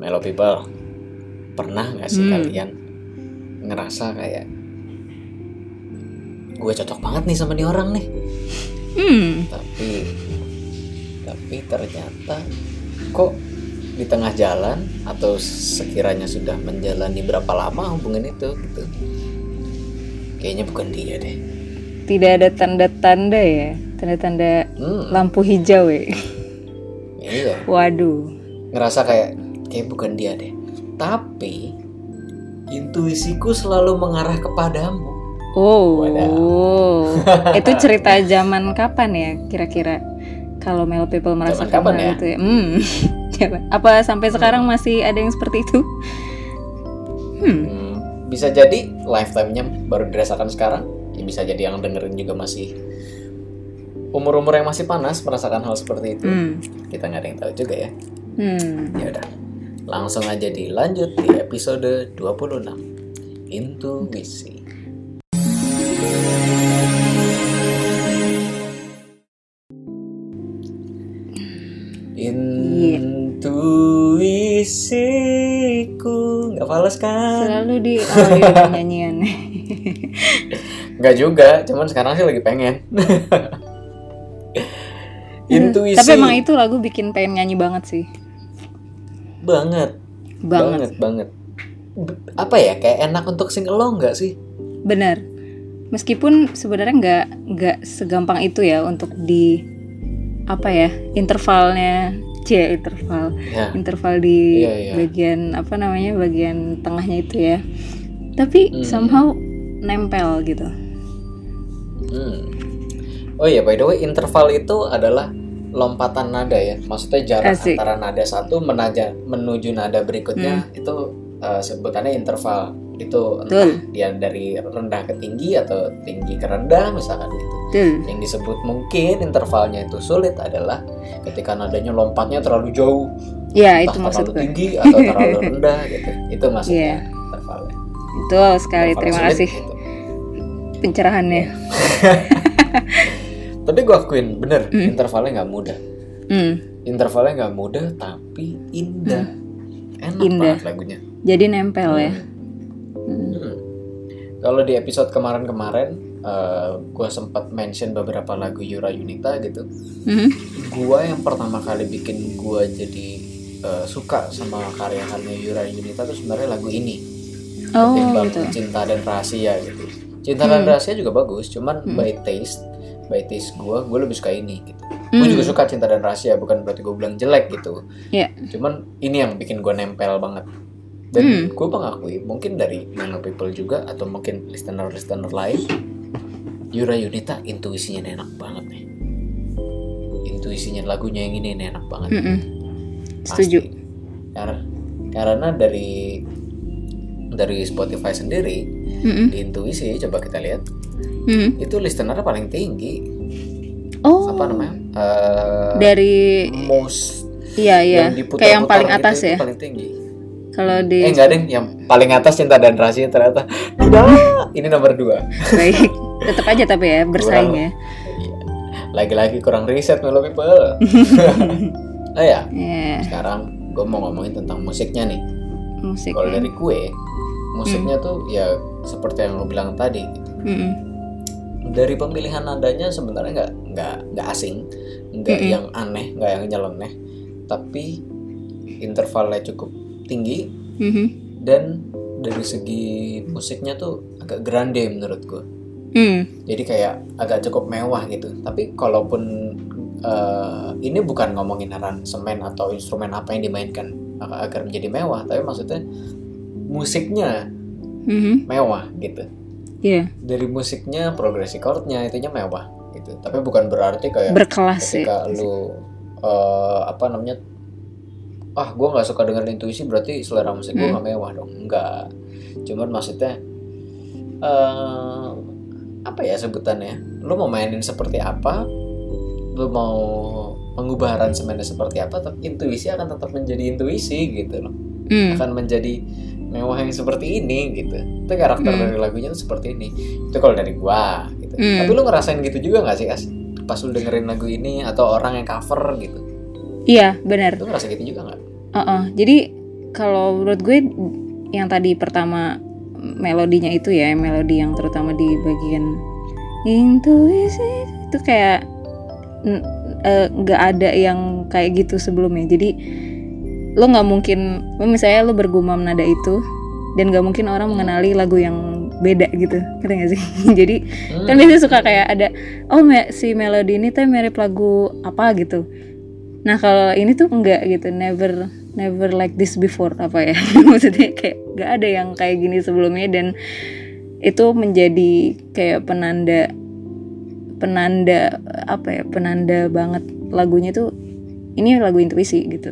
Mellow People, pernah gak sih kalian ngerasa kayak gue cocok banget nih sama nih orang nih, tapi ternyata kok di tengah jalan atau sekiranya sudah menjalani berapa lama hubungan itu gitu, kayaknya bukan dia deh. Tidak ada tanda-tanda ya, tanda-tanda lampu hijau ya. Iya. Waduh. Ngerasa kayak bukan dia deh. Tapi intuisiku selalu mengarah kepadamu. Oh. Itu cerita zaman kapan ya kira-kira? Kalau Mellow People merasakan hal itu ya. Apa sampai sekarang masih ada yang seperti itu? Bisa jadi lifetime-nya baru dirasakan sekarang. Ya bisa jadi yang dengerin juga masih umur-umur yang masih panas merasakan hal seperti itu. Kita nggak ada yang tahu juga ya. Ya udah, langsung aja dilanjut di episode 26 Intuisi. Intuisiku nggak fals kan? Selalu di nyanyian. Nggak juga, cuman sekarang sih lagi pengen. Intuisi. Tapi emang itu lagu bikin pengen nyanyi banget sih. Banget. Apa ya, kayak enak untuk sing along nggak sih? Benar. Meskipun sebenarnya nggak segampang itu ya untuk di interval di bagian bagian tengahnya itu ya. Tapi somehow nempel gitu. Oh iya, by the way, interval itu adalah lompatan nada ya. Maksudnya jarak antara nada satu menuju nada berikutnya itu sebutannya interval. Itu entah dia dari rendah ke tinggi atau tinggi ke rendah misalkan gitu. Yang disebut mungkin intervalnya itu sulit adalah ketika nadanya lompatnya terlalu jauh. Ya, itu maksudnya. Terlalu tinggi atau terlalu rendah gitu. Itu maksudnya intervalnya. Betul sekali, terima kasih gitu. Pencerahannya. Tapi gue akuin bener, intervalnya nggak mudah. Intervalnya nggak mudah tapi indah. Enak banget lagunya. Jadi nempel ya. Kalau di episode kemarin gue sempat mention beberapa lagu Yura Yunita gitu. Gue yang pertama kali bikin gue jadi suka sama karya-karya Yura Yunita tuh sebenarnya lagu ini. Ketimbang gitu. Cinta dan Rahasia gitu. Cinta dan Rahasia juga bagus, cuman by taste gue lebih suka ini gitu. Gue juga suka Cinta dan Rahasia, bukan berarti gue bilang jelek gitu. Cuman ini yang bikin gue nempel banget. Dan gue mengakui mungkin dari Mellow People juga atau mungkin listener lain, Yura Yunita intuisinya enak banget nih. Intuisinya lagunya yang ini enak banget. Setuju. Karena dari Spotify sendiri di Intuisi coba kita lihat itu listenernya paling tinggi. Apa namanya? Dari most. Iya. Kayak yang paling atas ya. Paling tinggi. Kalau di enggak deh, yang paling atas Cinta dan Rahasia ternyata tidak. Ini nomor 2. Baik, tetap aja tapi ya bersaing ya. Lagi-lagi kurang riset Mellow People. Oh ya. Sekarang gue mau ngomongin tentang musiknya nih. Kalau dari gue, musiknya tuh ya seperti yang lo bilang tadi. Dari pemilihan nadanya sebenarnya nggak asing, nggak yang aneh, nggak yang nyeleneh, tapi intervalnya cukup tinggi dan dari segi musiknya tuh agak grande menurut gue. Jadi kayak agak cukup mewah gitu. Tapi kalaupun ini bukan ngomongin aransemen atau instrumen apa yang dimainkan agar menjadi mewah, tapi maksudnya musiknya mewah gitu. Dari musiknya, progresi chordnya itunya mewah gitu. Tapi bukan berarti kayak berkelas ketika lu gue nggak suka dengerin Intuisi berarti selera musik gue nggak mewah dong. Enggak, cuman maksudnya apa ya sebutannya, lu mau mainin seperti apa, lu mau mengubah aransemennya seperti apa, tapi Intuisi akan tetap menjadi Intuisi gitu loh. Akan menjadi mewah yang seperti ini gitu. Itu karakter dari lagunya tuh seperti ini. Itu kalau dari gua gitu. Tapi lu ngerasain gitu juga nggak sih pas lu dengerin lagu ini atau orang yang cover gitu? Iya benar. Lu ngerasa gitu juga nggak? Jadi kalau menurut gue yang tadi pertama melodinya itu ya, melodi yang terutama di bagian intuisi itu kayak nggak ada yang kayak gitu sebelumnya. Jadi lo nggak mungkin, misalnya lo bergumam nada itu dan nggak mungkin orang mengenali lagu yang beda gitu, ngerti nggak sih? Jadi kan biasanya suka kayak ada si melodi ini tuh mirip lagu apa gitu. Nah kalau ini tuh enggak gitu, never like this before apa ya. Maksudnya kayak nggak ada yang kayak gini sebelumnya, dan itu menjadi kayak penanda apa ya, penanda banget lagunya tuh ini lagu intuisi gitu.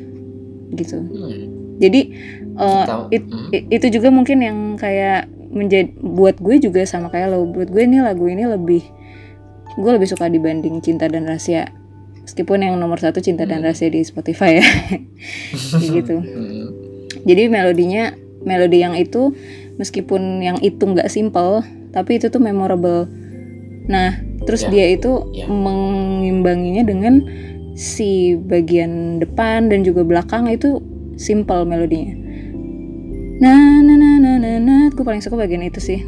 Jadi itu juga mungkin yang kayak menjadi buat gue juga sama kayak lo, buat gue ini lagu ini gue lebih suka dibanding Cinta dan Rahasia, meskipun yang nomor 1 Cinta dan Rahasia di Spotify ya. Gitu. Jadi melodi yang itu, meskipun yang itu nggak simple, tapi itu tuh memorable. Nah terus dia itu mengimbanginya dengan si bagian depan dan juga belakang itu simple melodinya. Gue paling suka bagian itu sih.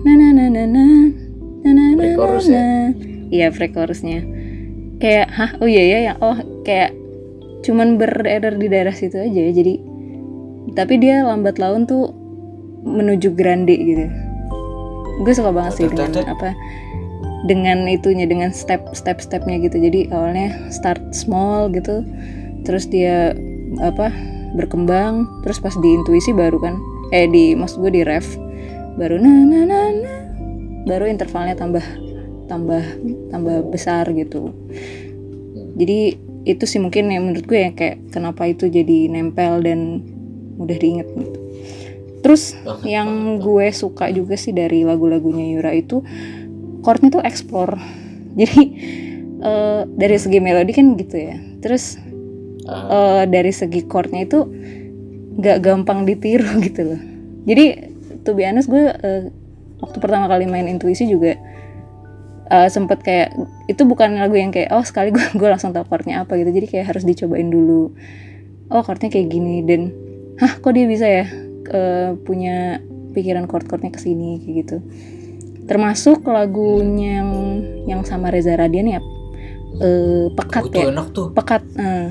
Pre-chorus ya? Iya, pre-chorusnya. Kayak kayak cuman beredar di daerah situ aja. Jadi tapi dia lambat laun tuh menuju grande gitu. Gue suka banget sih dengan itunya, dengan step-stepnya gitu. Jadi awalnya start small gitu, terus dia berkembang, terus pas di intuisi baru kan maksud gue di ref baru baru intervalnya tambah besar gitu. Jadi itu sih mungkin yang menurut gue yang kayak kenapa itu jadi nempel dan mudah diinget gitu. Terus yang gue suka juga sih dari lagu-lagunya Yura itu chordnya tuh explore. Jadi dari segi melodi kan gitu ya. Terus dari segi chordnya itu nggak gampang ditiru gitu loh. Jadi to be honest gue waktu pertama kali main intuisi juga sempet kayak itu bukan lagu yang kayak sekali gue langsung tahu chordnya apa gitu. Jadi kayak harus dicobain dulu. Chordnya kayak gini, dan kok dia bisa ya punya pikiran chord-chordnya kesini kayak gitu. Termasuk lagunya yang sama Reza Radian ya, Pekat itu ya. Enak tuh. Pekat.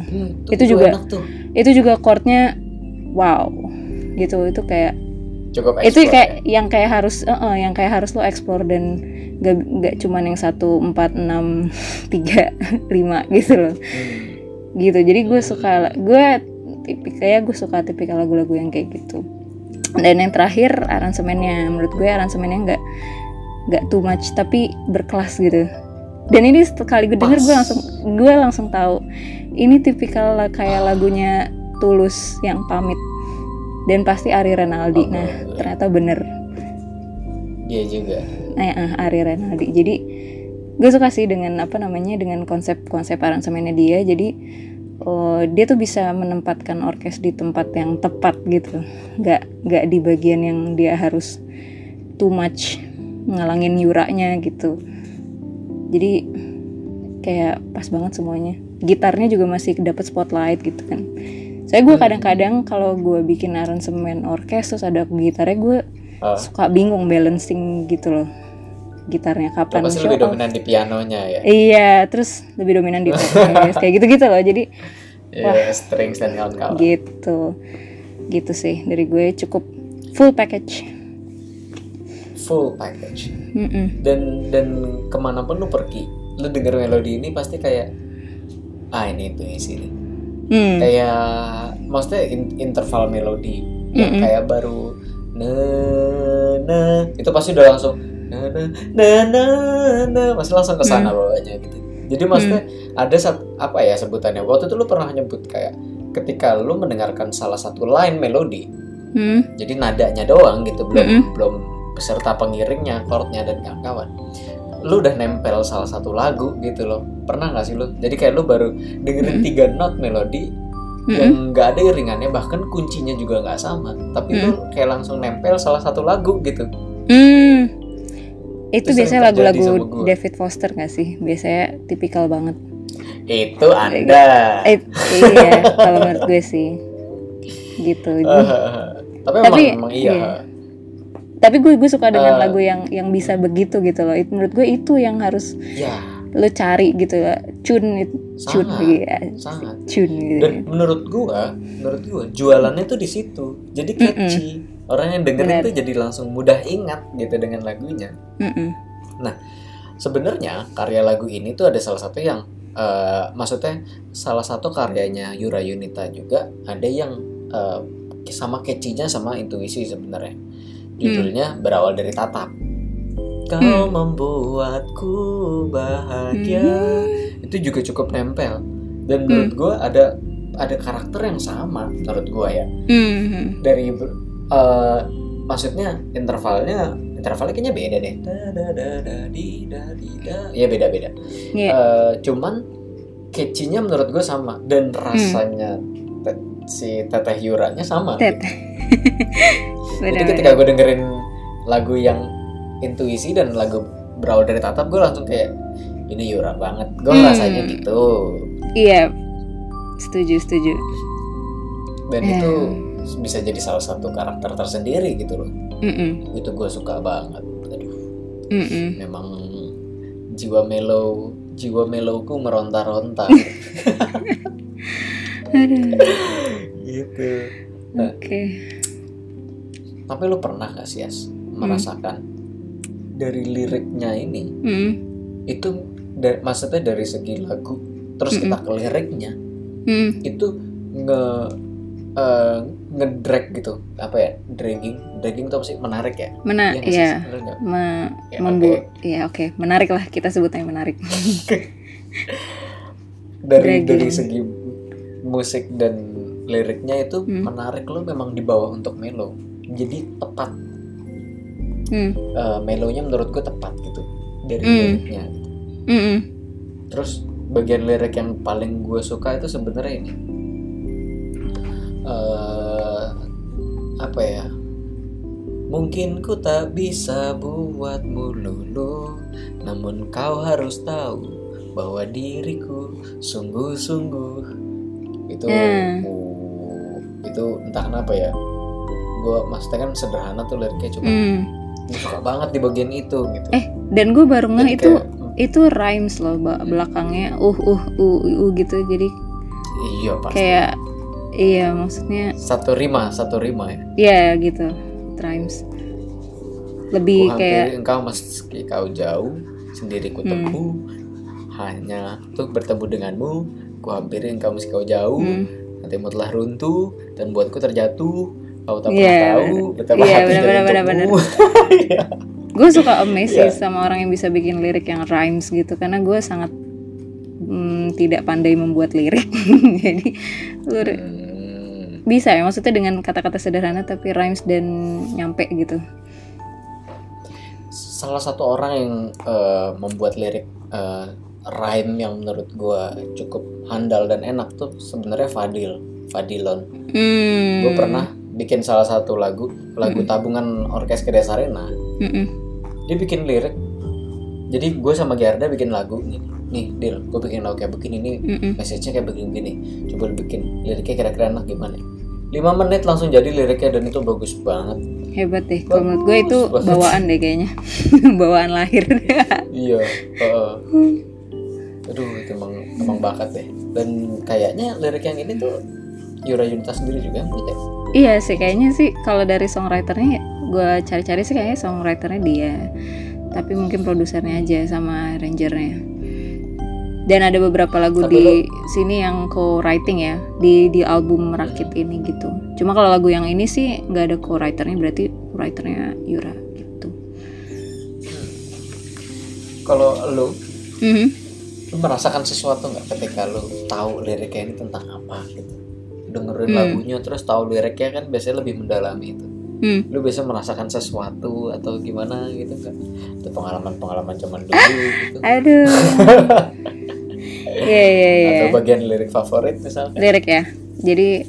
Itu juga chordnya wow gitu. Itu kayak cukup itu kayak ya? yang kayak harus lo explore, dan nggak cuman yang 1, 4, 6, 3, 5 gitu loh. Gitu. Jadi gue suka tipikal lagu-lagu yang kayak gitu. Dan yang terakhir aransemennya, menurut gue aransemennya nggak too much tapi berkelas gitu. Dan ini sekali gue denger gue langsung tahu ini tipikal kayak lagunya Tulus yang Pamit, dan pasti Ari Renaldi. Ternyata bener. Iya juga. Ari Renaldi. Jadi gue suka sih dengan dengan konsep aransemennya dia. Jadi dia tuh bisa menempatkan orkes di tempat yang tepat gitu. Nggak di bagian yang dia harus too much ngalangin Yuranya gitu. Jadi kayak pas banget semuanya. Gitarnya juga masih dapat spotlight gitu kan. Saya gue kadang-kadang kalau gue bikin aransemen orkes terus ada gitarnya, gue suka bingung balancing gitu loh. Gitarnya kapan pasti lebih dominan di pianonya ya. Iya, terus lebih dominan di kayak gitu-gitu loh. Jadi strings dan kawan-kawan. Gitu sih dari gue, cukup full package. Dan kemanapun lu pergi, lu denger melodi ini pasti kayak ini intuisi nih. Kayak maksudnya interval melodi yang kayak baru itu pasti udah langsung pasti langsung kesana bawahnya gitu. Jadi maksudnya ada sebutannya waktu itu lu pernah nyebut kayak ketika lu mendengarkan salah satu line melodi, jadi nadanya doang gitu, belum beserta pengiringnya, chordnya dan kawan-kawan, lu udah nempel salah satu lagu gitu loh. Pernah nggak sih lu? Jadi kayak lu baru dengerin 3 not melodi yang nggak ada iringannya, bahkan kuncinya juga nggak sama, tapi lu kayak langsung nempel salah satu lagu gitu. Itu biasanya lagu-lagu David Foster nggak sih? Biasanya tipikal banget. Itu Anda. Iya, kalau menurut gue sih. gitu. Tapi emang iya. Tapi gue suka dengan lagu yang bisa begitu gitu loh. Menurut gue itu yang harus lo cari gitu lah. Sangat. Cun gitu. Dan menurut gue jualannya tuh di situ. Jadi catchy. Orang yang dengerin tuh jadi langsung mudah ingat gitu dengan lagunya. Nah, sebenarnya karya lagu ini tuh ada salah satu yang maksudnya salah satu karyanya Yura Yunita juga ada yang sama catchy-nya sama Intuisi sebenarnya. Judulnya Berawal dari Tatap. Kau membuatku bahagia. Itu juga cukup nempel. Dan menurut gue ada karakter yang sama menurut gue ya. Dari maksudnya intervalnya kayaknya beda deh. Ya beda-beda. Cuman catchy-nya menurut gue sama dan rasanya si Teteh Yuranya sama. Jadi ketika gue dengerin lagu yang Intuisi dan lagu Berawal dari Tatap, gue langsung kayak ini Yura banget. Gue rasanya gitu. Iya, setuju. Dan itu bisa jadi salah satu karakter tersendiri gitu loh. Itu gue suka banget. Aduh, memang jiwa melowku meronta-ronta. Gitu. Oke. Tapi lu pernah gak sih merasakan dari liriknya ini itu maksudnya dari segi lagu terus kita ke liriknya itu ngedrag gitu, apa ya, dragging itu apa sih, menarik ya? Menarik lah, kita sebutnya menarik. dari segi musik dan liriknya itu menarik, lo memang dibawa untuk melo, jadi tepat. Melonya menurutku tepat gitu dari liriknya gitu. Terus bagian lirik yang paling gue suka itu sebenarnya ini apa ya, mungkin ku tak bisa buatmu luluh, namun kau harus tahu bahwa diriku sungguh-sungguh. Itu itu entah kenapa ya, gue maksudnya kan sederhana tuh liriknya, cuma gue suka banget di bagian itu gitu. Dan gue baru ngeh itu rhymes loh, belakangnya gitu, jadi iya pasti. Kayak iya, maksudnya satu rima ya. Iya gitu, rhymes. Lebih kayak engkau meski kau jauh, sendiri ku tempuh, hanya untuk bertemu denganmu. Ku hampiri engkau meski kau jauh, hatimu telah runtuh dan buatku terjatuh. Kau tak pernah tahu betapa hati untukmu. Gue suka amazed sama orang yang bisa bikin lirik yang rhymes gitu, karena gue sangat tidak pandai membuat lirik. Jadi bisa ya, maksudnya dengan kata-kata sederhana tapi rhymes dan nyampe gitu. Salah satu orang yang membuat lirik rhyme yang menurut gue cukup handal dan enak tuh sebenarnya Fadilon. Gue pernah bikin salah satu lagu tabungan Orkes Kedes Arena. Dia bikin lirik. Jadi gue sama Gerda bikin lagu nih Dil, gue bikin lagu kayak begini nih, message-nya kayak begini. Coba bikin liriknya kira-kira enak gimana? 5 menit langsung jadi liriknya dan itu bagus banget. Hebat deh. Kalau menurut gue itu bawaan deh kayaknya. Bawaan lahir. Iya. Aduh, itu emang bakat deh. Dan kayaknya lirik yang ini tuh Yura Yunita sendiri juga punya. Iya sih, kayaknya sih kalau dari songwriternya gue cari-cari sih kayaknya songwriternya dia. Tapi mungkin produsernya aja sama arrangernya. Dan ada beberapa lagu di sini yang co-writing ya di album Merakit ini gitu. Cuma kalau lagu yang ini sih nggak ada co-writernya, berarti writernya Yura gitu. Kalau lu merasakan sesuatu nggak ketika lu tahu liriknya ini tentang apa gitu? Dengerin lagunya terus tahu liriknya, kan biasanya lebih mendalami itu. Lu biasa merasakan sesuatu atau gimana gitu kan? Itu pengalaman zaman dulu gitu. Aduh. Iya. Atau bagian lirik favorit misalnya. Lirik ya. Jadi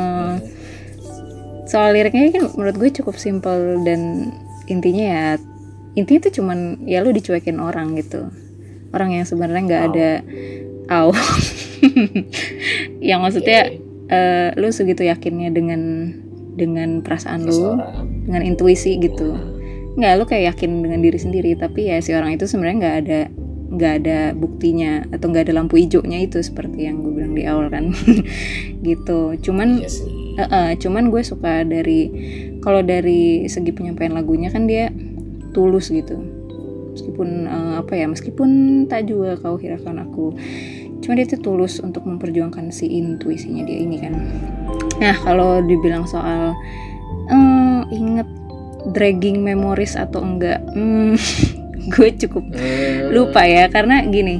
soal liriknya kan menurut gue cukup simpel dan intinya tuh cuman ya lu dicuekin orang gitu. Orang yang sebenarnya nggak ada yang maksudnya lu segitu yakinnya dengan perasaan lu, dengan intuisi gitu. Nggak, lu kayak yakin dengan diri sendiri, tapi ya si orang itu sebenarnya nggak ada buktinya atau nggak ada lampu hijaunya itu, seperti yang gue bilang di awal kan. Gitu. Cuman cuman gue suka kalau dari segi penyampaian lagunya kan dia tulus gitu. Meskipun tak juga kau hiraukan aku, cuma dia tuh tulus untuk memperjuangkan si intuisinya dia ini kan. Nah, kalau dibilang soal inget dragging memories atau enggak, gue cukup lupa ya, karena gini,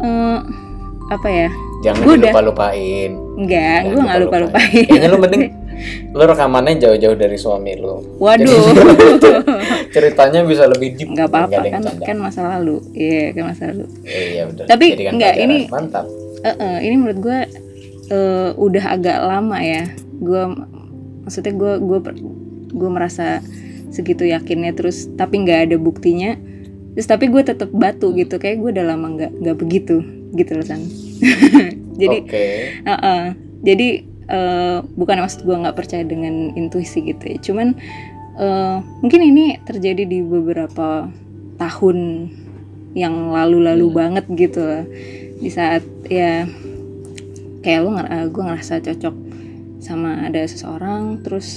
jangan lupa-lupain. Enggak, gue nggak lupa-lupain. Kayaknya lu mending lu rekamannya jauh-jauh dari suami lu. Waduh. Ceritanya bisa lebih deep. Nggak apa-apa kan masa lalu. Iya, kan masa lalu. Iya betul. Tapi enggak, ini mantap. Ini menurut gue udah agak lama ya. Maksudnya gue merasa segitu yakinnya, terus tapi nggak ada buktinya. Terus tapi gue tetap batu gitu, kayak gue udah lama nggak begitu gitu loh San. Jadi jadi bukan maksud gue nggak percaya dengan intuisi gitu ya, cuman mungkin ini terjadi di beberapa tahun yang lalu banget gitu loh. Di saat ya kayak gue ngerasa cocok sama ada seseorang, terus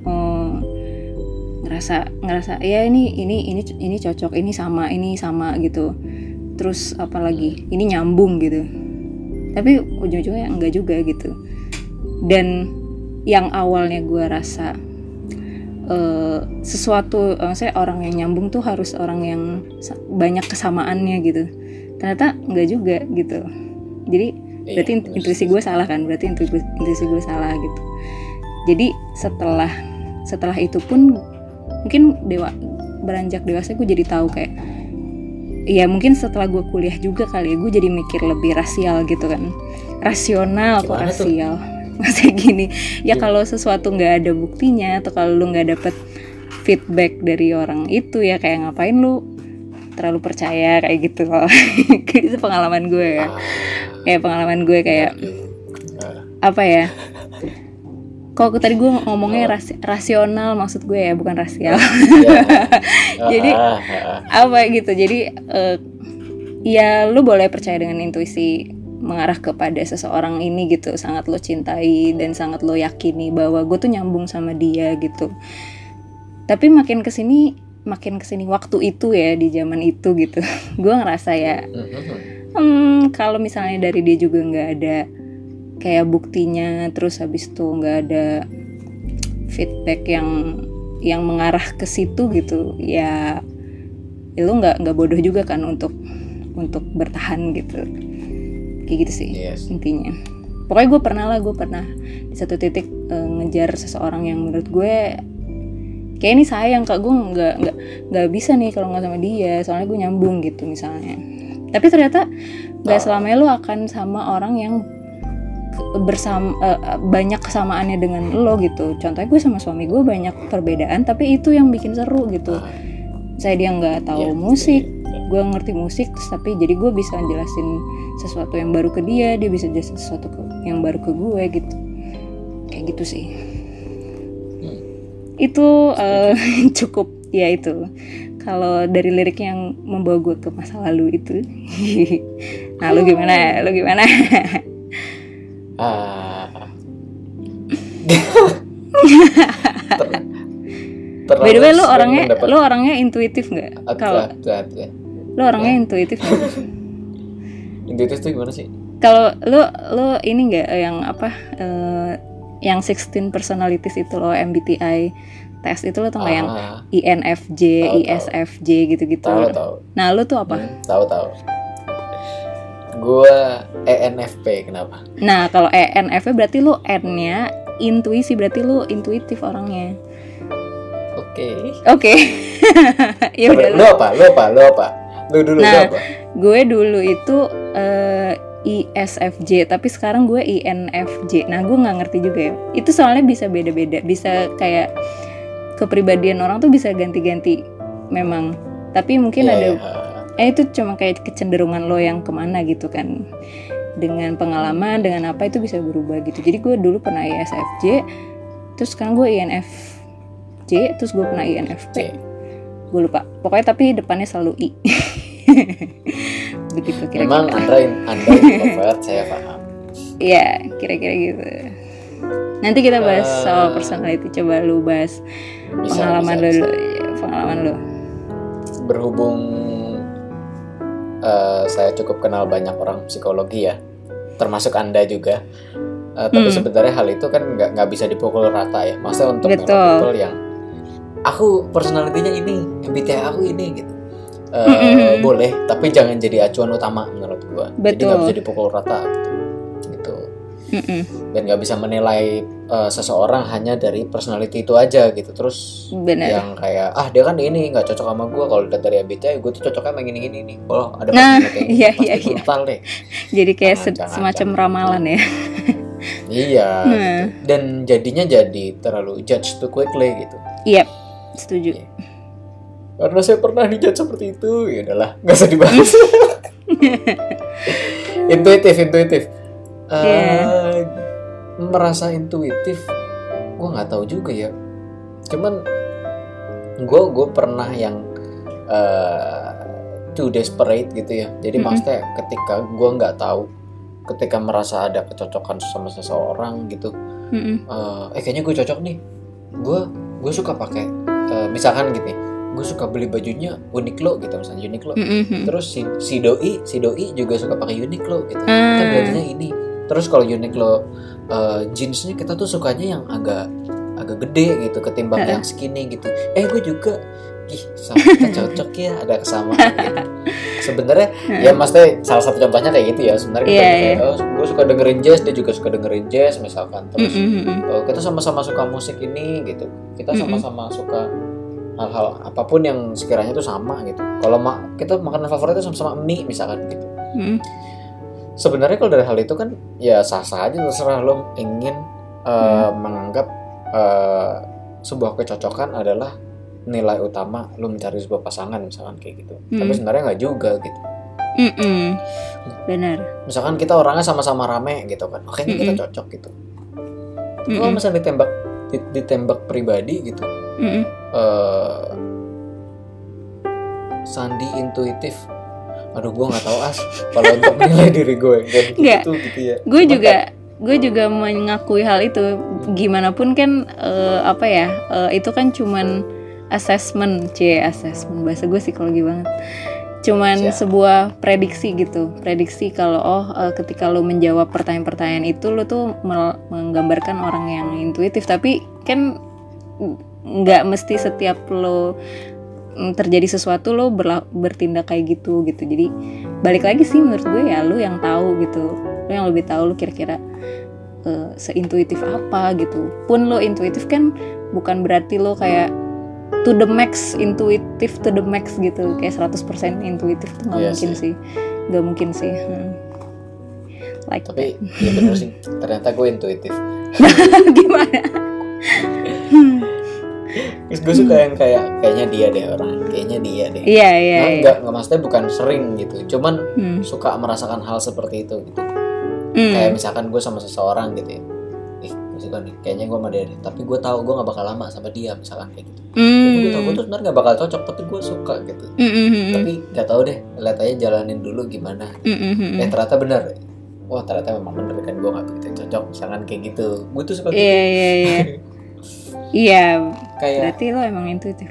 ngerasa ya ini cocok, ini sama gitu, terus apalagi ini nyambung gitu, tapi ujung-ujungnya enggak juga gitu. Dan yang awalnya gue rasa sesuatu, maksudnya orang yang nyambung tuh harus orang yang banyak kesamaannya gitu, ternyata enggak juga gitu. Jadi berarti intuisi gue salah kan, berarti intuisi gue salah gitu. Jadi setelah itu pun mungkin beranjak dewasa gue jadi tahu kayak, ya mungkin setelah gue kuliah juga kali ya, gue jadi mikir lebih rasial gitu kan. Rasional atau rasial, maksudnya gini ya, kalau sesuatu nggak ada buktinya atau kalau lu nggak dapet feedback dari orang itu, ya kayak ngapain lu terlalu percaya kayak gitu loh. Itu pengalaman gue ya. Kayak apa ya, kok tadi gue ngomongnya rasional, maksud gue ya bukan rasial. Jadi apa gitu, jadi ya lu boleh percaya dengan intuisi mengarah kepada seseorang ini gitu, sangat lo cintai dan sangat lo yakini bahwa gue tuh nyambung sama dia gitu. Tapi makin kesini waktu itu ya, di zaman itu gitu, gue ngerasa ya kalau misalnya dari dia juga nggak ada kayak buktinya, terus habis itu nggak ada feedback yang mengarah ke situ gitu, ya lu nggak bodoh juga kan untuk bertahan gitu. Kayak gitu sih. Yes. Intinya. Pokoknya gue pernah di satu titik ngejar seseorang yang menurut gue kayak ini sayang kak, gue nggak bisa nih kalau nggak sama dia, soalnya gue nyambung gitu misalnya. Tapi ternyata nggak selamanya lu akan sama orang yang banyak kesamaannya dengan lo gitu. Contohnya gue sama suami gue banyak perbedaan, tapi itu yang bikin seru gitu. Saya dia nggak tahu musik, gue ngerti musik, terus tapi jadi gue bisa jelasin sesuatu yang baru ke dia bisa jelasin sesuatu yang baru ke gue gitu. Kayak gitu sih. Itu cukup ya itu. Kalau dari lirik yang membawa gue ke masa lalu itu. Nah, lu gimana? By the way, lu orangnya intuitif nggak? Kalau lu orangnya intuitif nggak? Intuitif tuh gimana sih? Kalau lu ini nggak yang apa? Yang 16 personalities itu loh, MBTI test itu lo tau nggak yang INFJ, ISFJ gitu-gitu? Tahu. Nah, lu tuh apa? Tahu. Gue ENFP, kenapa? Nah, kalau ENFP berarti lu N-nya intuisi, berarti lu intuitif orangnya. Oke. Ya udah. Lu apa? Lu dulu apa? Gue dulu itu ISFJ, tapi sekarang gue INFJ. Nah, gue nggak ngerti juga ya. Itu soalnya bisa beda-beda, bisa kayak kepribadian orang tuh bisa ganti-ganti memang. Tapi mungkin ada itu cuma kayak kecenderungan lo yang kemana gitu kan. dengan pengalaman, dengan apa itu bisa berubah gitu. Jadi gue dulu pernah ISFJ, terus sekarang gue INFJ, terus gue pernah INFP. Gue lupa. Pokoknya tapi depannya selalu I. Begitu kira-kira. Memang Anda introvert, saya paham. Iya, kira-kira gitu. Nanti kita bahas soal personality. Coba lu bahas pengalaman lu. Berhubung saya cukup kenal banyak orang psikologi ya, termasuk Anda juga. Tapi sebenarnya hal itu kan nggak bisa dipukul rata ya. Maksudnya untuk people yang aku personalitinya ini, MBTI aku ini gitu. Boleh, tapi jangan jadi acuan utama menurut gua. Jadi nggak bisa dipukul rata gitu. Dan nggak bisa menilai seseorang hanya dari personality itu aja gitu. Terus yang kayak dia kan ini nggak cocok sama gua. Kalau dari MBTI gua tuh cocoknya sama gini nih. Oh ada personality pasti total deh. Jadi kayak semacam ramalan ya. Iya gitu. Dan jadinya jadi terlalu judge too quickly gitu. Iya, setuju. Karena saya pernah dijudge seperti itu, ya udahlah, nggak usah dibahas. Intuitif. Merasa intuitif, gue nggak tahu juga ya. Cuman gue pernah yang too desperate gitu ya. Jadi maksudnya ketika gue nggak tahu, ketika merasa ada kecocokan sama seseorang gitu, kayaknya gue cocok nih. Gue suka pakai, misalkan gitu ya. Gue suka beli bajunya Uniqlo gitu, misalnya Uniqlo. Terus si doi juga suka pakai Uniqlo gitu. Kita belinya ini. Terus kalau Uniqlo jeansnya kita tuh sukanya yang agak gede gitu ketimbang yang skinny gitu. Gue juga kita cocok ya, ada kesamaan gitu. Sebenarnya ya maksudnya salah satu contohnya kayak gitu ya. Sebenarnya gue suka dengerin jazz, dia juga suka dengerin jazz misalkan. Terus kita sama-sama suka musik ini gitu. Kita sama-sama suka hal-hal apapun yang sekiranya itu sama gitu. Kalau kita makanan favoritnya sama-sama mie misalkan gitu. Sebenarnya kalau dari hal itu kan ya sah-sah aja, terserah lo ingin menganggap sebuah kecocokan adalah nilai utama lo mencari sebuah pasangan misalkan kayak gitu. Tapi sebenarnya nggak juga gitu. Benar. Misalkan kita orangnya sama-sama rame gitu kan, kayaknya kita cocok gitu. Kalau misalnya ditembak pribadi gitu. Sandi intuitif, aduh gue nggak tahu kalau untuk menilai diri gue gitu ya. Gue juga mengakui hal itu. Gimana pun kan itu kan cuman assessment bahasa gue psikologi banget. Cuman sebuah prediksi gitu. Prediksi kalau ketika lo menjawab pertanyaan-pertanyaan itu lo tuh menggambarkan orang yang intuitif. Tapi kan nggak mesti setiap lo terjadi sesuatu lo bertindak kayak gitu. Jadi balik lagi sih menurut gue ya lo yang tahu gitu. Lo yang lebih tahu lo kira-kira seintuitif apa gitu. Pun lo intuitif kan bukan berarti lo kayak to the max, intuitif to the max gitu, kayak 100% intuitif tuh nggak mungkin sih. Tapi ya bener sih, ternyata gue intuitif. Gimana? Terus gue suka yang kayaknya dia deh orang, kayaknya dia deh. Iya. Nggak maksudnya bukan sering gitu, cuman suka merasakan hal seperti itu gitu. Kayak misalkan gue sama seseorang gitu ya. Suka nih, kayaknya gue sama dia deh, tapi gue tahu gue nggak bakal lama sama dia misalkan kayak gitu. Gue tau gue tuh sebenarnya nggak bakal cocok, tapi gue suka gitu. Tapi nggak tahu deh, lihat aja jalanin dulu gimana. Ternyata benar. Wah ternyata memang bener kan, gue nggak begitu cocok misalkan kayak gitu. Gue tuh suka gitu. Iya. Kayak berarti lo emang intuitif.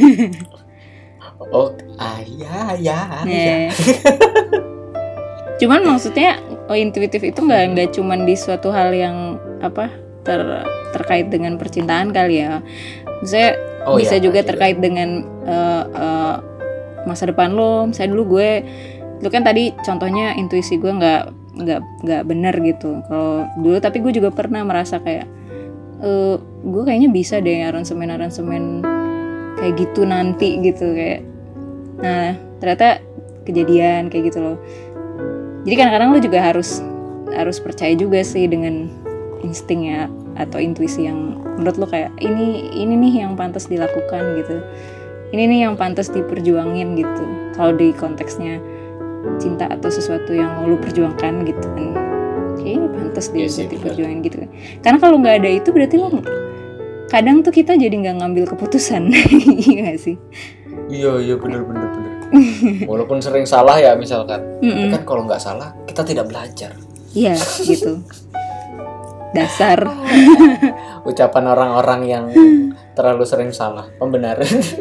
Ya. Cuman maksudnya intuitif itu nggak cuman di suatu hal yang terkait dengan percintaan kali ya. Misalnya bisa juga terkait dengan masa depan lo. Misalnya dulu lu kan tadi contohnya intuisi gue nggak benar gitu. Kalau dulu, tapi gue juga pernah merasa kayak gue kayaknya bisa deh aransemen kayak gitu nanti gitu kayak. Nah ternyata kejadian kayak gitu loh. Jadi kadang-kadang lo juga harus percaya juga sih dengan instingnya atau intuisi yang menurut lo kayak ini nih yang pantas dilakukan gitu, ini nih yang pantas diperjuangin gitu. Kalau di konteksnya cinta atau sesuatu yang mau lu perjuangkan gitu kan, kayaknya pantas deh buat diperjuangin gitu kan. Karena kalau nggak ada itu berarti lo kadang tuh kita jadi nggak ngambil keputusan. Iya nggak sih? Iya bener. Walaupun sering salah ya misalkan, tapi kan kalau nggak salah kita tidak belajar. Iya gitu. Dasar. Ucapan orang-orang yang terlalu sering salah, pembenar.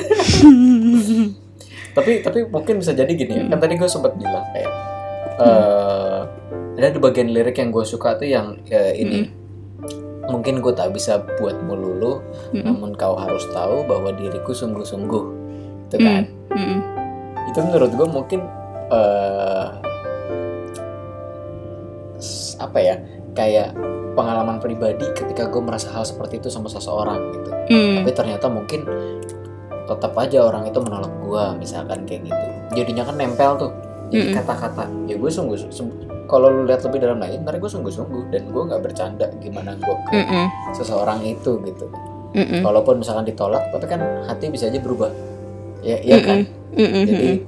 tapi mungkin bisa jadi gini ya. Kan tadi gue sempat bilang kayak ada di bagian lirik yang gue suka tuh yang ini. Mungkin gue tak bisa buatmu luluh, namun kau harus tahu bahwa diriku sungguh-sungguh. Itu kan. Itu menurut gue mungkin apa ya, kayak pengalaman pribadi ketika gue merasa hal seperti itu sama seseorang gitu. Tapi ternyata mungkin tetap aja orang itu menolak gue misalkan kayak gitu. Jadinya kan nempel tuh. Jadi kata-kata ya gue sungguh kalau lu lihat lebih dalam lagi, ntar gue sungguh-sungguh dan gue nggak bercanda gimana gue ke seseorang itu gitu. Walaupun misalkan ditolak, tapi kan hati bisa aja berubah. Ya kan. Jadi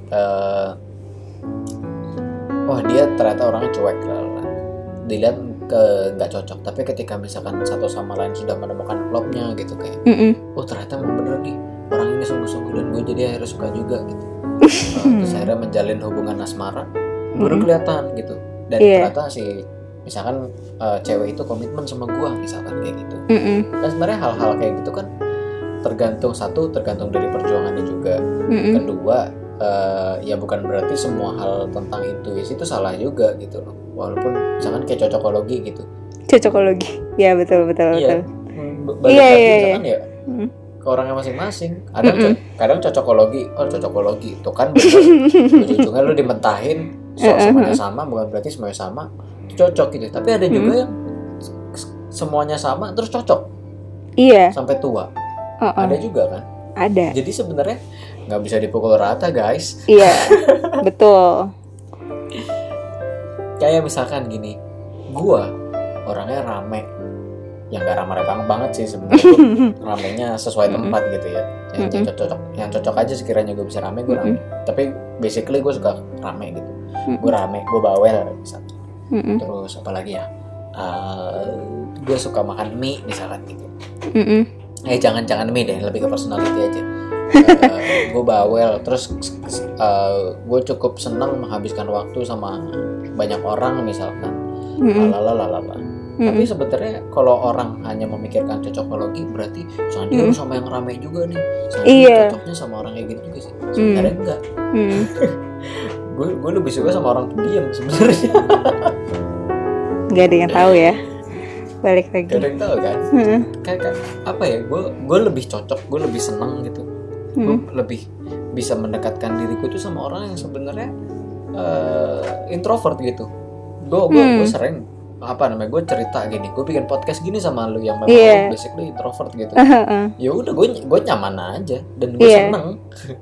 wah dia ternyata orangnya cuek lah. Dilihat nggak cocok, tapi ketika misalkan satu sama lain sudah menemukan klopnya gitu kayak, oh ternyata emang bener nih orang ini sungguh-sungguh dan gue jadi akhirnya suka juga gitu. Terus akhirnya menjalin hubungan asmara, baru kelihatan gitu. Dan ternyata si misalkan cewek itu komitmen sama gue misalkan kayak gitu. Dan sebenarnya hal-hal kayak gitu kan tergantung dari perjuangannya juga. Kedua ya bukan berarti semua hal tentang intuisi itu salah juga gitu loh. Walaupun misalkan kayak cocokologi gitu. Cocokologi, ya betul. Iya. Balik lagi misalkan ya ke orangnya masing-masing. Kadang cocokologi itu kan ujung-ujungnya lu dimentahin semuanya sama, bukan berarti semuanya sama itu cocok gitu. Tapi ada juga yang semuanya sama terus cocok. Iya. Sampai tua. Ada juga kan? Ada. Jadi sebenarnya nggak bisa dipukul rata guys. Iya, betul. Kayak misalkan gini, gua orangnya rame, yang nggak ramai banget sih sebenarnya. Ramenya sesuai tempat gitu ya. Yang cocok aja sekiranya gue bisa rame, gue rame. Tapi basically gue suka rame gitu. Gue rame, gue bawel misalkan. Terus apalagi ya? Gue suka makan mie misalkan gitu. Jangan mie deh, lebih ke personality aja. Gue bawel, terus gue cukup senang menghabiskan waktu sama banyak orang misalkan. Tapi sebenarnya kalau orang hanya memikirkan cocokologi, berarti Sandi harus sama yang ramai juga nih. Sandi cocoknya sama orang kayak gitu juga sih. Sebenarnya enggak. Gue lebih suka sama orang pendiam sebenarnya. Gak ada yang tahu ya. Balik lagi. Gak ada yang tahu kan. Kayak apa ya? Gue lebih cocok, gue lebih senang gitu. Gue lebih bisa mendekatkan diriku itu sama orang yang sebenarnya introvert gitu. Gue sering gue cerita gini, gue bikin podcast gini sama lu yang memang basically introvert gitu. Ya udah gue nyaman aja dan gue seneng.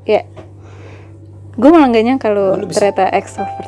Gue malah gak nyangka kalau ternyata extrovert.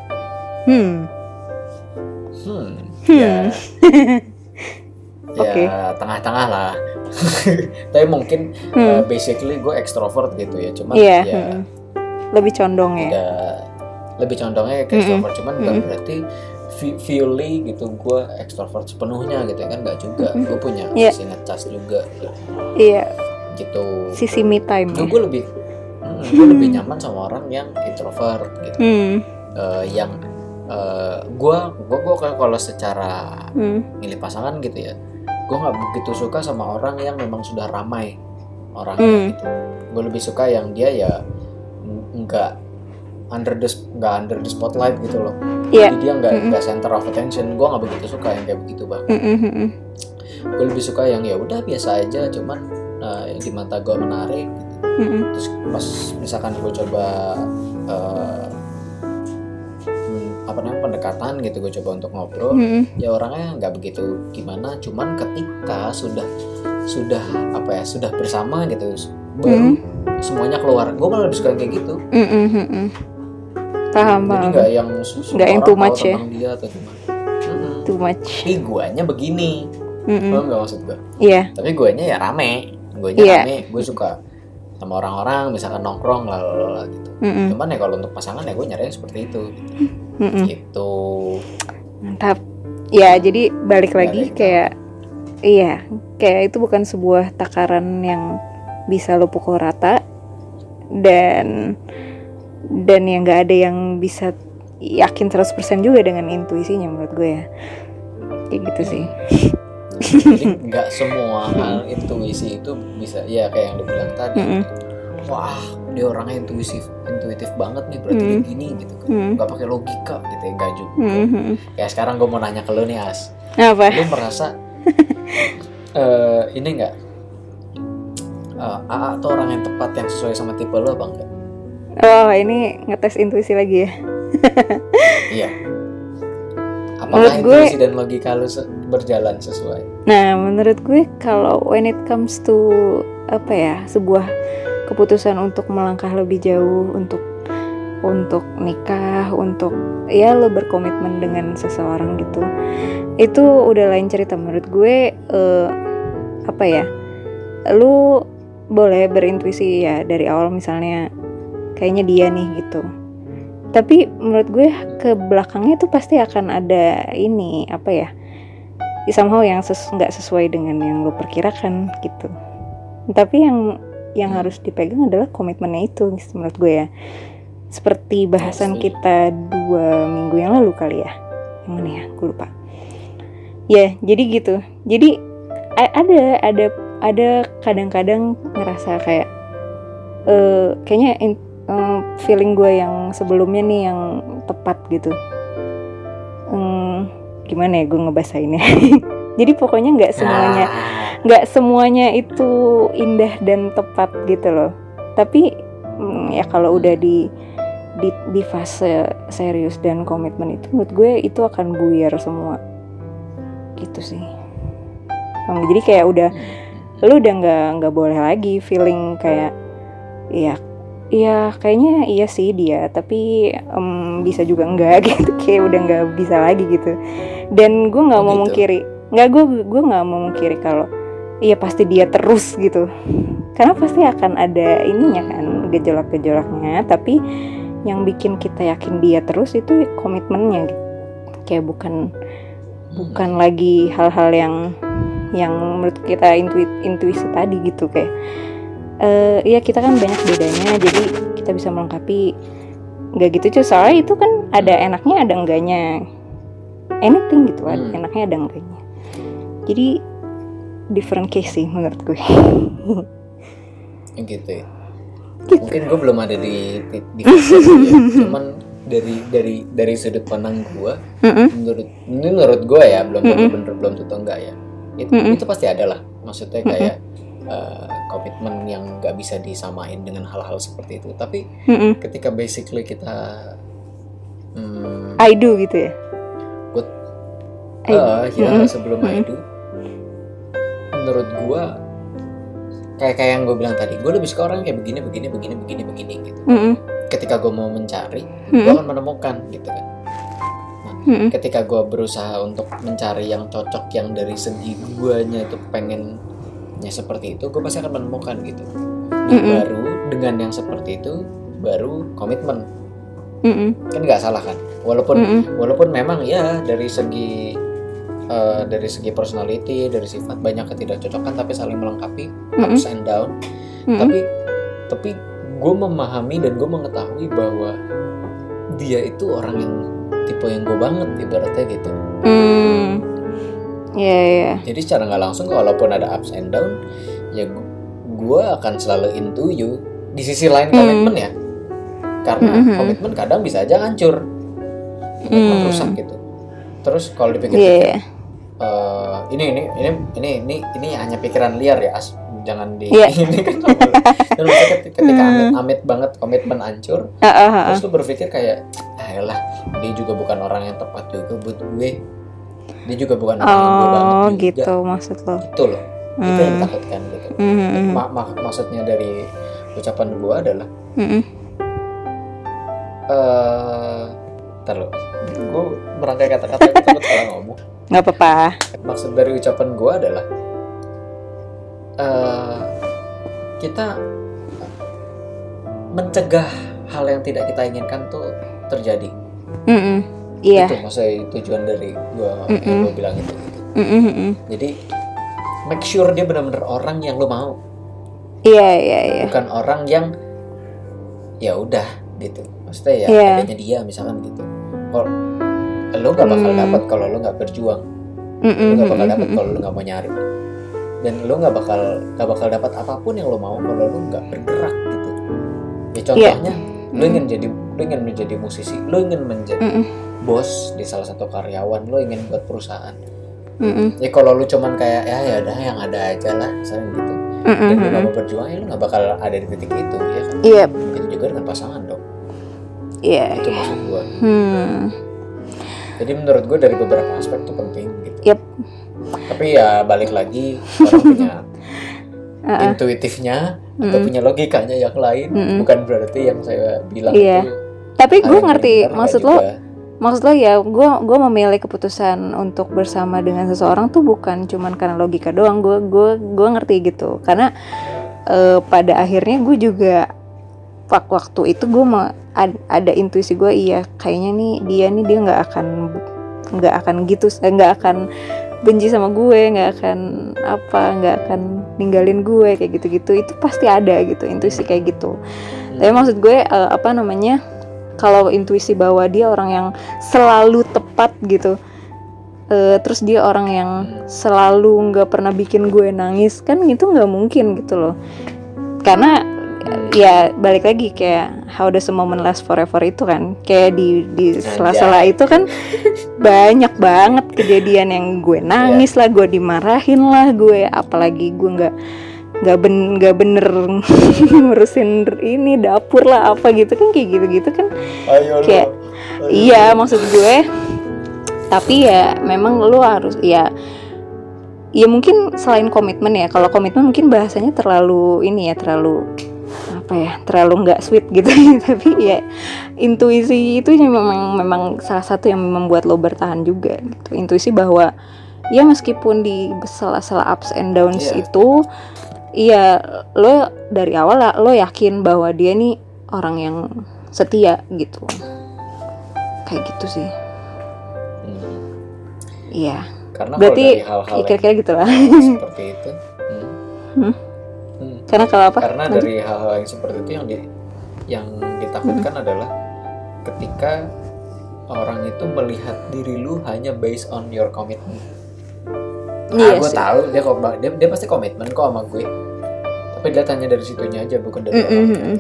Ya tengah-tengah lah. Tapi mungkin basically gue extrovert gitu ya. Cuman lebih condong ya. Lebih condongnya ke extrovert, cuman bukan berarti fully gitu gue extrovert sepenuhnya gitu ya kan, nggak juga. Gue punya sisi ngecas juga gitu. Sisi me time. Gue lebih nyaman sama orang yang introvert gitu. Yang gue kalau secara milih pasangan gitu ya, gue nggak begitu suka sama orang yang memang sudah ramai orangnya gitu. Gue lebih suka yang dia ya nggak under the spotlight gitu loh. Jadi dia nggak center of attention. Gue nggak begitu suka yang kayak begitu bahkan. Gue lebih suka yang ya udah biasa aja, cuman di mata gue menarik gitu. Terus pas misalkan gue coba pendekatan gitu, gue coba untuk ngobrol, ya orangnya nggak begitu gimana, cuman ketika sudah bersama gitu baru semuanya keluar. Gue malah lebih suka kayak gitu. Paham. Jadi nggak yang nggak yang too much ya. Dia atau gimana. Too much. Tapi guanya begini. Paham nggak maksud gue? Iya. Tapi guanya ya rame. Rame. Gue suka sama orang-orang misalkan nongkrong lah gitu. Cuman ya kalau untuk pasangan ya gue nyarinya seperti itu gitu. Gitu. Mantap. Ya jadi balik lagi kayak iya, kayak itu bukan sebuah takaran yang bisa lo pukul rata dan yang nggak ada yang bisa yakin 100% juga dengan intuisinya menurut gue ya. Kayak gitu sih. Jadi nggak semua hal intuisi itu bisa ya kayak yang dibilang tadi. Wah, dia orangnya intuitif banget nih berarti dia gini gitu kan. Nggak pakai logika gitu ya, nggak juga. Ya sekarang gue mau nanya ke lo nih As. Apa? Lo merasa ini nggak AA tuh orang yang tepat yang sesuai sama tipe lo apa enggak? Oh ini ngetes intuisi lagi ya? Iya. Apakah intuisi dan logika lo berjalan sesuai? Nah menurut gue kalau when it comes to apa ya, sebuah keputusan untuk melangkah lebih jauh, untuk nikah, untuk ya lo berkomitmen dengan seseorang gitu, itu udah lain cerita menurut gue. Apa ya, lo boleh berintuisi ya dari awal misalnya kayaknya dia nih gitu, tapi menurut gue ke belakangnya tuh pasti akan ada ini apa ya, somehow yang nggak sesuai dengan yang lo perkirakan gitu. Tapi yang harus dipegang adalah komitmennya itu menurut gue ya. Seperti bahasan kita 2 minggu yang lalu kali ya, yang mana ya, gue lupa ya. Jadi gitu, jadi ada kadang-kadang ngerasa kayak kayaknya feeling gue yang sebelumnya nih yang tepat gitu. Gimana ya gue ngebahasainnya. Jadi pokoknya nggak semuanya itu indah dan tepat gitu loh. Tapi ya kalau udah di fase serius dan komitmen itu, menurut gue itu akan buyar semua gitu sih. Jadi kayak lu udah nggak boleh lagi feeling kayak iya kayaknya iya sih dia, tapi bisa juga enggak gitu. Kayak udah nggak bisa lagi gitu. Dan gue nggak mau mungkiri, gue nggak mau mungkiri kalau iya pasti dia terus gitu, karena pasti akan ada ininya kan, gejolak-gejolaknya. Tapi yang bikin kita yakin dia terus itu komitmennya gitu. Kayak bukan lagi hal-hal yang menurut kita intuisi tadi gitu. Kayak ya kita kan banyak bedanya, jadi kita bisa melengkapi. Nggak gitu cuy, soalnya itu kan ada enaknya ada enggaknya, anything gitu, ada enaknya ada enggaknya. Jadi different case sih menurut gue. Gitu ya. Mungkin gue belum ada di fase ya. Cuman dari sudut pandang gue, menurut gue ya, belum tentu enggak ya. Itu pasti ada lah. Maksudnya kayak komitmen yang nggak bisa disamain dengan hal-hal seperti itu. Tapi ketika basically kita I do gitu ya. Sebelum I do, menurut gue kayak yang gue bilang tadi, gue lebih suka orang kayak begini gitu. Ketika gue mau mencari, gue akan menemukan gitu kan. Nah, ketika gue berusaha untuk mencari yang cocok, yang dari segi guanya itu pengennya seperti itu, gue pasti akan menemukan gitu. Baru dengan yang seperti itu baru komitmen. Kan nggak salah kan, walaupun memang ya dari segi personality, dari sifat banyak ketidakcocokan, tapi saling melengkapi, ups and down. Tapi gue memahami dan gue mengetahui bahwa dia itu orang yang tipe yang gue banget ibaratnya gitu. Yeah. Jadi secara nggak langsung walaupun ada ups and down, ya gue akan selalu into you. Di sisi lain komitmen ya, karena komitmen kadang bisa aja hancur, komitmen rusak gitu. Terus kalau dipikir-pikir, ini hanya pikiran liar ya, jangan di ini kan. Dan ketika amit banget komitmen hancur, terus lu berpikir kayak, ayolah, dia juga bukan orang yang tepat juga buat gue. Dia juga bukan orang yang gue banget juga. Gitu maksud lo. Itu loh, itu yang ditakutkan gitu. Maksudnya dari ucapan gue adalah, ntar lo, gue merangkai kata-kata gue takut salah ngomong. Nggak apa-apa. Maksud dari ucapan gue adalah kita mencegah hal yang tidak kita inginkan tuh terjadi. Iya. Itu maksudnya tujuan dari gua yang gua bilang itu gitu. Jadi make sure dia benar-benar orang yang lo mau. Iya. Bukan orang yang ya udah gitu. Maksudnya ya adanya dia misalkan gitu. Kalau lo nggak bakal dapat kalau lo nggak berjuang. Lo nggak bakal dapat kalau lo nggak mau nyari. Dan lo nggak bakal dapat apapun yang lo mau kalau lo nggak bergerak gitu. Ya contohnya, lo ingin menjadi musisi, lo ingin menjadi bos di salah satu karyawan, lo ingin buat perusahaan. Ya kalau lo cuman kayak ya udah yang ada aja lah, misalnya gitu. Dan lo nggak mau berjuang, ya lo nggak bakal ada di titik itu, ya kan? Begitu juga dengan pasangan dong. Itu maksud gue. Jadi menurut gue dari beberapa aspek tuh penting gitu. Tapi ya balik lagi orang punya intuitifnya atau punya logikanya yang lain, bukan berarti yang saya bilang itu. Tapi gue ngerti maksud lo ya, gue memilih keputusan untuk bersama dengan seseorang tuh bukan cuman karena logika doang. Gue ngerti gitu karena pada akhirnya gue juga waktu itu gue ada intuisi gue, iya kayaknya dia nggak akan gitu, nggak akan benci sama gue, nggak akan ninggalin gue kayak gitu-gitu. Itu pasti ada gitu intuisi kayak gitu. Tapi maksud gue kalau intuisi bahwa dia orang yang selalu tepat gitu, terus dia orang yang selalu nggak pernah bikin gue nangis, kan itu nggak mungkin gitu loh. Karena ya balik lagi kayak how does a moment last forever itu kan, kayak di sela-sela itu kan banyak banget kejadian yang gue nangis lah, gue dimarahin lah, gue apalagi gue nggak bener ngurusin ini dapur lah apa gitu kan, kayak gitu kan. Kayak iya maksud gue. Tapi ya memang lo harus ya mungkin selain komitmen ya, kalau komitmen mungkin bahasanya terlalu nggak sweet gitu. Tapi ya intuisi itu memang salah satu yang membuat lo bertahan juga gitu. Intuisi bahwa ya meskipun di sela-sela ups and downs itu, iya lo dari awal lo yakin bahwa dia nih orang yang setia gitu, kayak gitu sih. Iya. Karena berarti dari hal-hal kira-kira gitu lah. Seperti itu. Karena kalau apa? Karena dari hal-hal yang seperti itu yang ditakutkan adalah ketika orang itu melihat diri lu hanya based on your commitment. Gue tahu dia pasti komitmen kok sama gue. Tapi dia tanya dari situnya aja, bukan dari orang.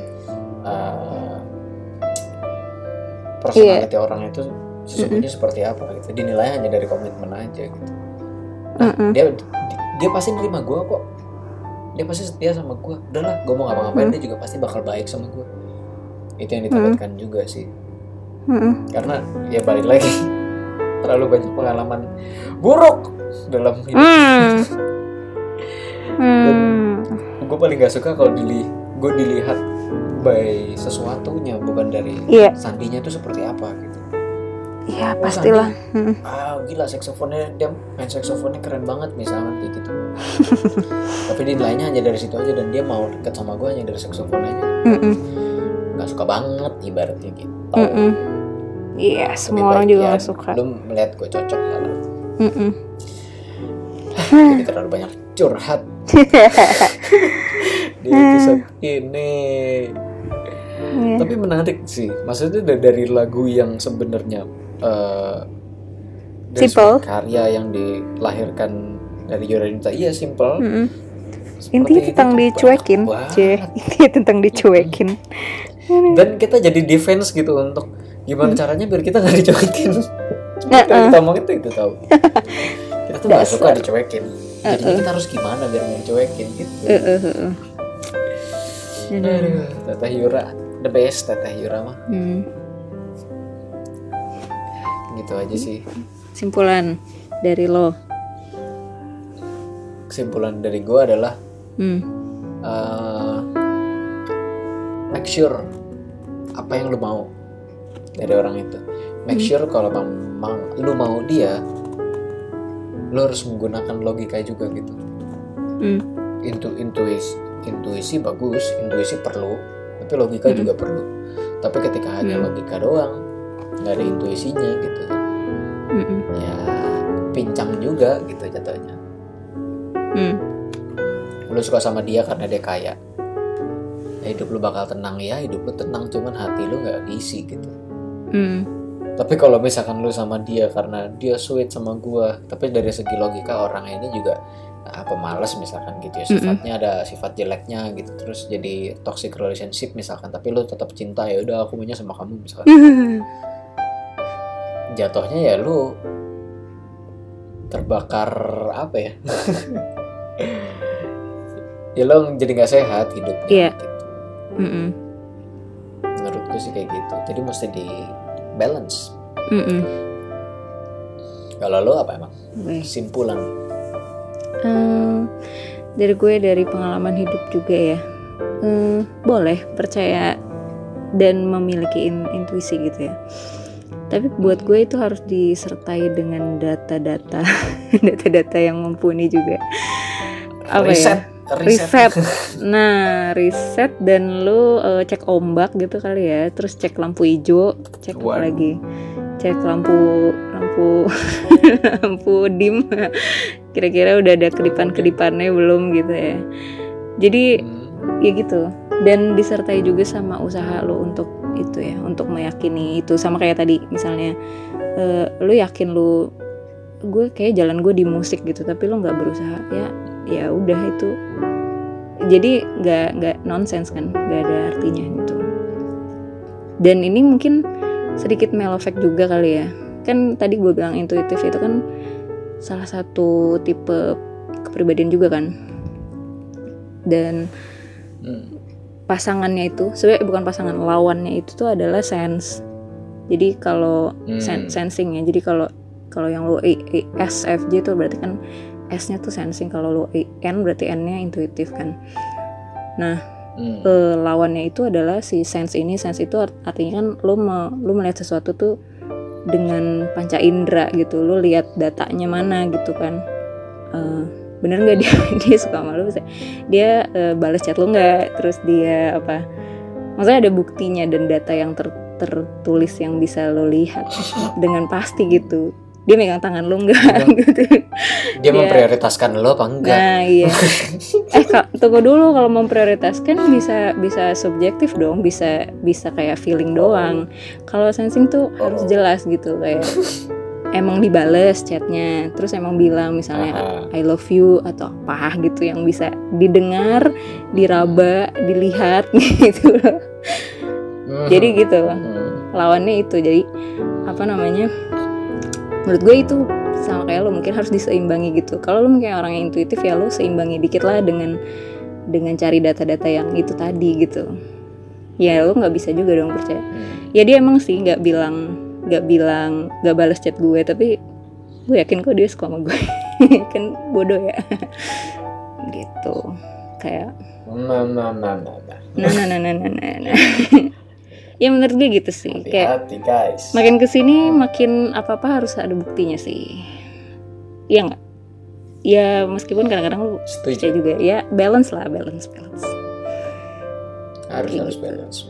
Personality orang itu sesungguhnya seperti apa gitu. Dinilai hanya dari komitmen aja gitu. Nah, dia pasti nerima gue kok. Dia pasti setia sama gue. Udahlah, gue mau ngapa-ngapain dia juga pasti bakal baik sama gue. Itu yang ditakutkan juga sih. Karena ya balik lagi, terlalu banyak pengalaman buruk dalam hidup. Dan gue paling gak suka kalau gue dilihat by sesuatunya, bukan dari sandinya itu seperti apa gitu. Iya pastilah. Gila saksofonnya, dia main saksofonnya keren banget misalnya kayak gitu. Tapi dinilainya hanya dari situ aja, dan dia mau deket sama gue hanya dari saksofonnya aja. Gak suka banget ibaratnya gitu. Iya, semua orang juga gak suka. Belum melihat gue cocok kan. Jadi terlalu banyak curhat di episode ini. Tapi menarik sih, maksudnya dari lagu yang sebenarnya simple, karya yang dilahirkan dari Yoranita, iya simple. Intinya tentang dicuekin, intinya tentang dicuekin. Dan kita jadi defense gitu untuk gimana caranya biar kita nggak dicuekin. Kita omongin tuh itu tahu. Kita tuh nggak suka dicuekin. Jadi kita harus gimana biar nggak dicuekin gitu. Teteh Yura, the best Teteh Yura mah. Gitu aja sih. Kesimpulan dari lo? Kesimpulan dari gue adalah make sure apa yang lu mau dari orang itu. Make sure kalau memang lu mau dia, lu harus menggunakan logika juga gitu. Intuisi bagus, intuisi perlu tapi logika juga perlu. Tapi ketika hanya logika doang, nggak ada intuisinya gitu kan, ya pincang juga gitu jatuhnya. Lu suka sama dia karena dia kaya, ya hidup lu bakal tenang, ya hidup lu tenang, cuman hati lu nggak diisi gitu. Tapi kalau misalkan lu sama dia karena dia sweet sama gua, tapi dari segi logika orang ini juga pemalas misalkan gitu ya, sifatnya ada sifat jeleknya gitu, terus jadi toxic relationship misalkan, tapi lu tetap cinta, ya udah aku maunya sama kamu misalkan. Jatuhnya ya lu terbakar apa ya? Ya lo jadi nggak sehat hidupnya gitu. Menurutku sih kayak gitu. Jadi mesti di balance. Kalau lo apa emang? Kesimpulan? Dari gue, dari pengalaman hidup juga ya. Boleh percaya dan memiliki intuisi gitu ya. Tapi buat gue itu harus disertai dengan data-data yang mumpuni juga. Apa riset. Nah, riset dan lu cek ombak gitu kali ya. Terus cek lampu hijau, cek apa lagi? Cek lampu dim. Kira-kira udah ada kedipan-kedipannya belum gitu ya. Jadi ya gitu. Dan disertai juga sama usaha lo untuk itu ya, untuk meyakini itu. Sama kayak tadi misalnya lu yakin gue kayak jalan gue di musik gitu, tapi lu nggak berusaha, ya udah itu jadi nggak nonsens kan, nggak ada artinya gitu. Dan ini mungkin sedikit melofek juga kali ya, kan tadi gue bilang intuitif itu kan salah satu tipe kepribadian juga kan. Dan pasangannya itu sebenarnya bukan pasangan, lawannya itu tuh adalah sense. Jadi kalau sensing ya, jadi kalau yang lo SFJ itu berarti kan S-nya tuh sensing, kalau lo N berarti N-nya intuitif kan. Nah, lawannya itu adalah si sense ini. Sense itu artinya kan lo melihat sesuatu tuh dengan panca indera gitu. Lo lihat datanya mana gitu kan. Bener nggak dia suka sama lo, dia balas chat lo nggak, terus dia apa, maksudnya ada buktinya dan data yang tertulis yang bisa lo lihat dengan pasti gitu. Dia megang tangan lo nggak gitu. Dia memprioritaskan lo apa enggak? Nah iya. Tunggu dulu, kalau memprioritaskan bisa subjektif dong, bisa kayak feeling doang. Kalau sensing tuh harus jelas gitu, kayak emang dibales chatnya, terus emang bilang misalnya I love you atau apa gitu yang bisa didengar, diraba, dilihat gitu loh. Jadi gitu lawannya itu. Jadi apa namanya, menurut gue itu sama kayak lo, mungkin harus diseimbangi gitu. Kalau lo mungkin orang yang intuitif, ya lo seimbangi dikit lah dengan cari data-data yang itu tadi gitu. Ya lo nggak bisa juga dong percaya. Ya dia emang sih nggak balas chat gue, tapi gue yakin kok dia suka sama gue. Kan bodoh ya. Gitu. Kayak nah. Ya menurut gue gitu sih. Hati-hati guys. Makin kesini makin apa-apa harus ada buktinya sih. Iya nggak? Ya meskipun kadang-kadang lu percaya juga. Ya balance. Harus balance.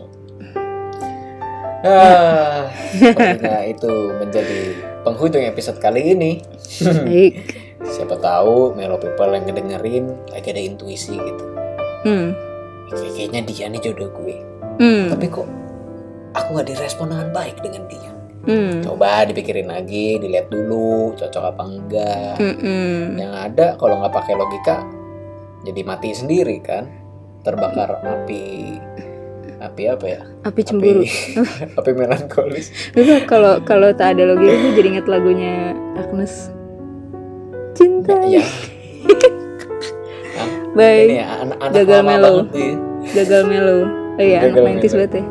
Sepertinya itu menjadi penghujung episode kali ini. Baik. Siapa tahu Melo People yang ngedengerin lagi ada intuisi gitu. Kayaknya dia nih jodoh gue. Tapi kok aku gak direspon dengan baik dengan dia. Coba dipikirin lagi, dilihat dulu cocok apa enggak. Yang ada kalau nggak pakai logika jadi mati sendiri kan, terbakar api apa ya? Api cemburu. Api melankolis. Kalau tak ada logika, gue jadi ingat lagunya Agnes. Cinta. Ya. Baik. Ini ya, anak Gagal Melo. Gagal Melo. Oh iya, anak 90s banget ya.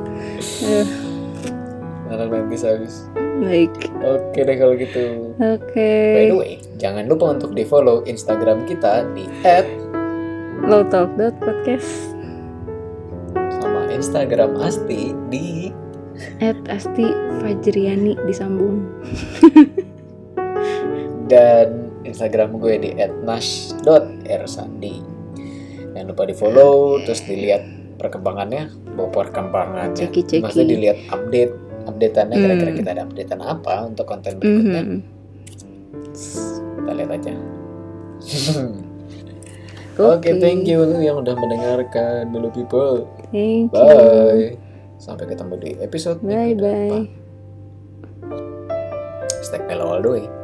Anak 90s habis. Baik. Oke deh kalau gitu. Oke. By the way, jangan lupa untuk di-follow Instagram kita di @lowtalk.podcast. Sama Instagram Asti di @asti_fajriani disambung. Dan Instagram gue di @nash.rsandi. Jangan lupa di-follow, terus dilihat perkembangannya Ceki. Maksudnya dilihat updateannya kira-kira kita ada updatean apa untuk konten berikutnya. Kita lihat aja. Oke, thank you yang udah mendengarkan Melo People. Bye. Sampai ketemu di episode bye. Stay Melo all the way.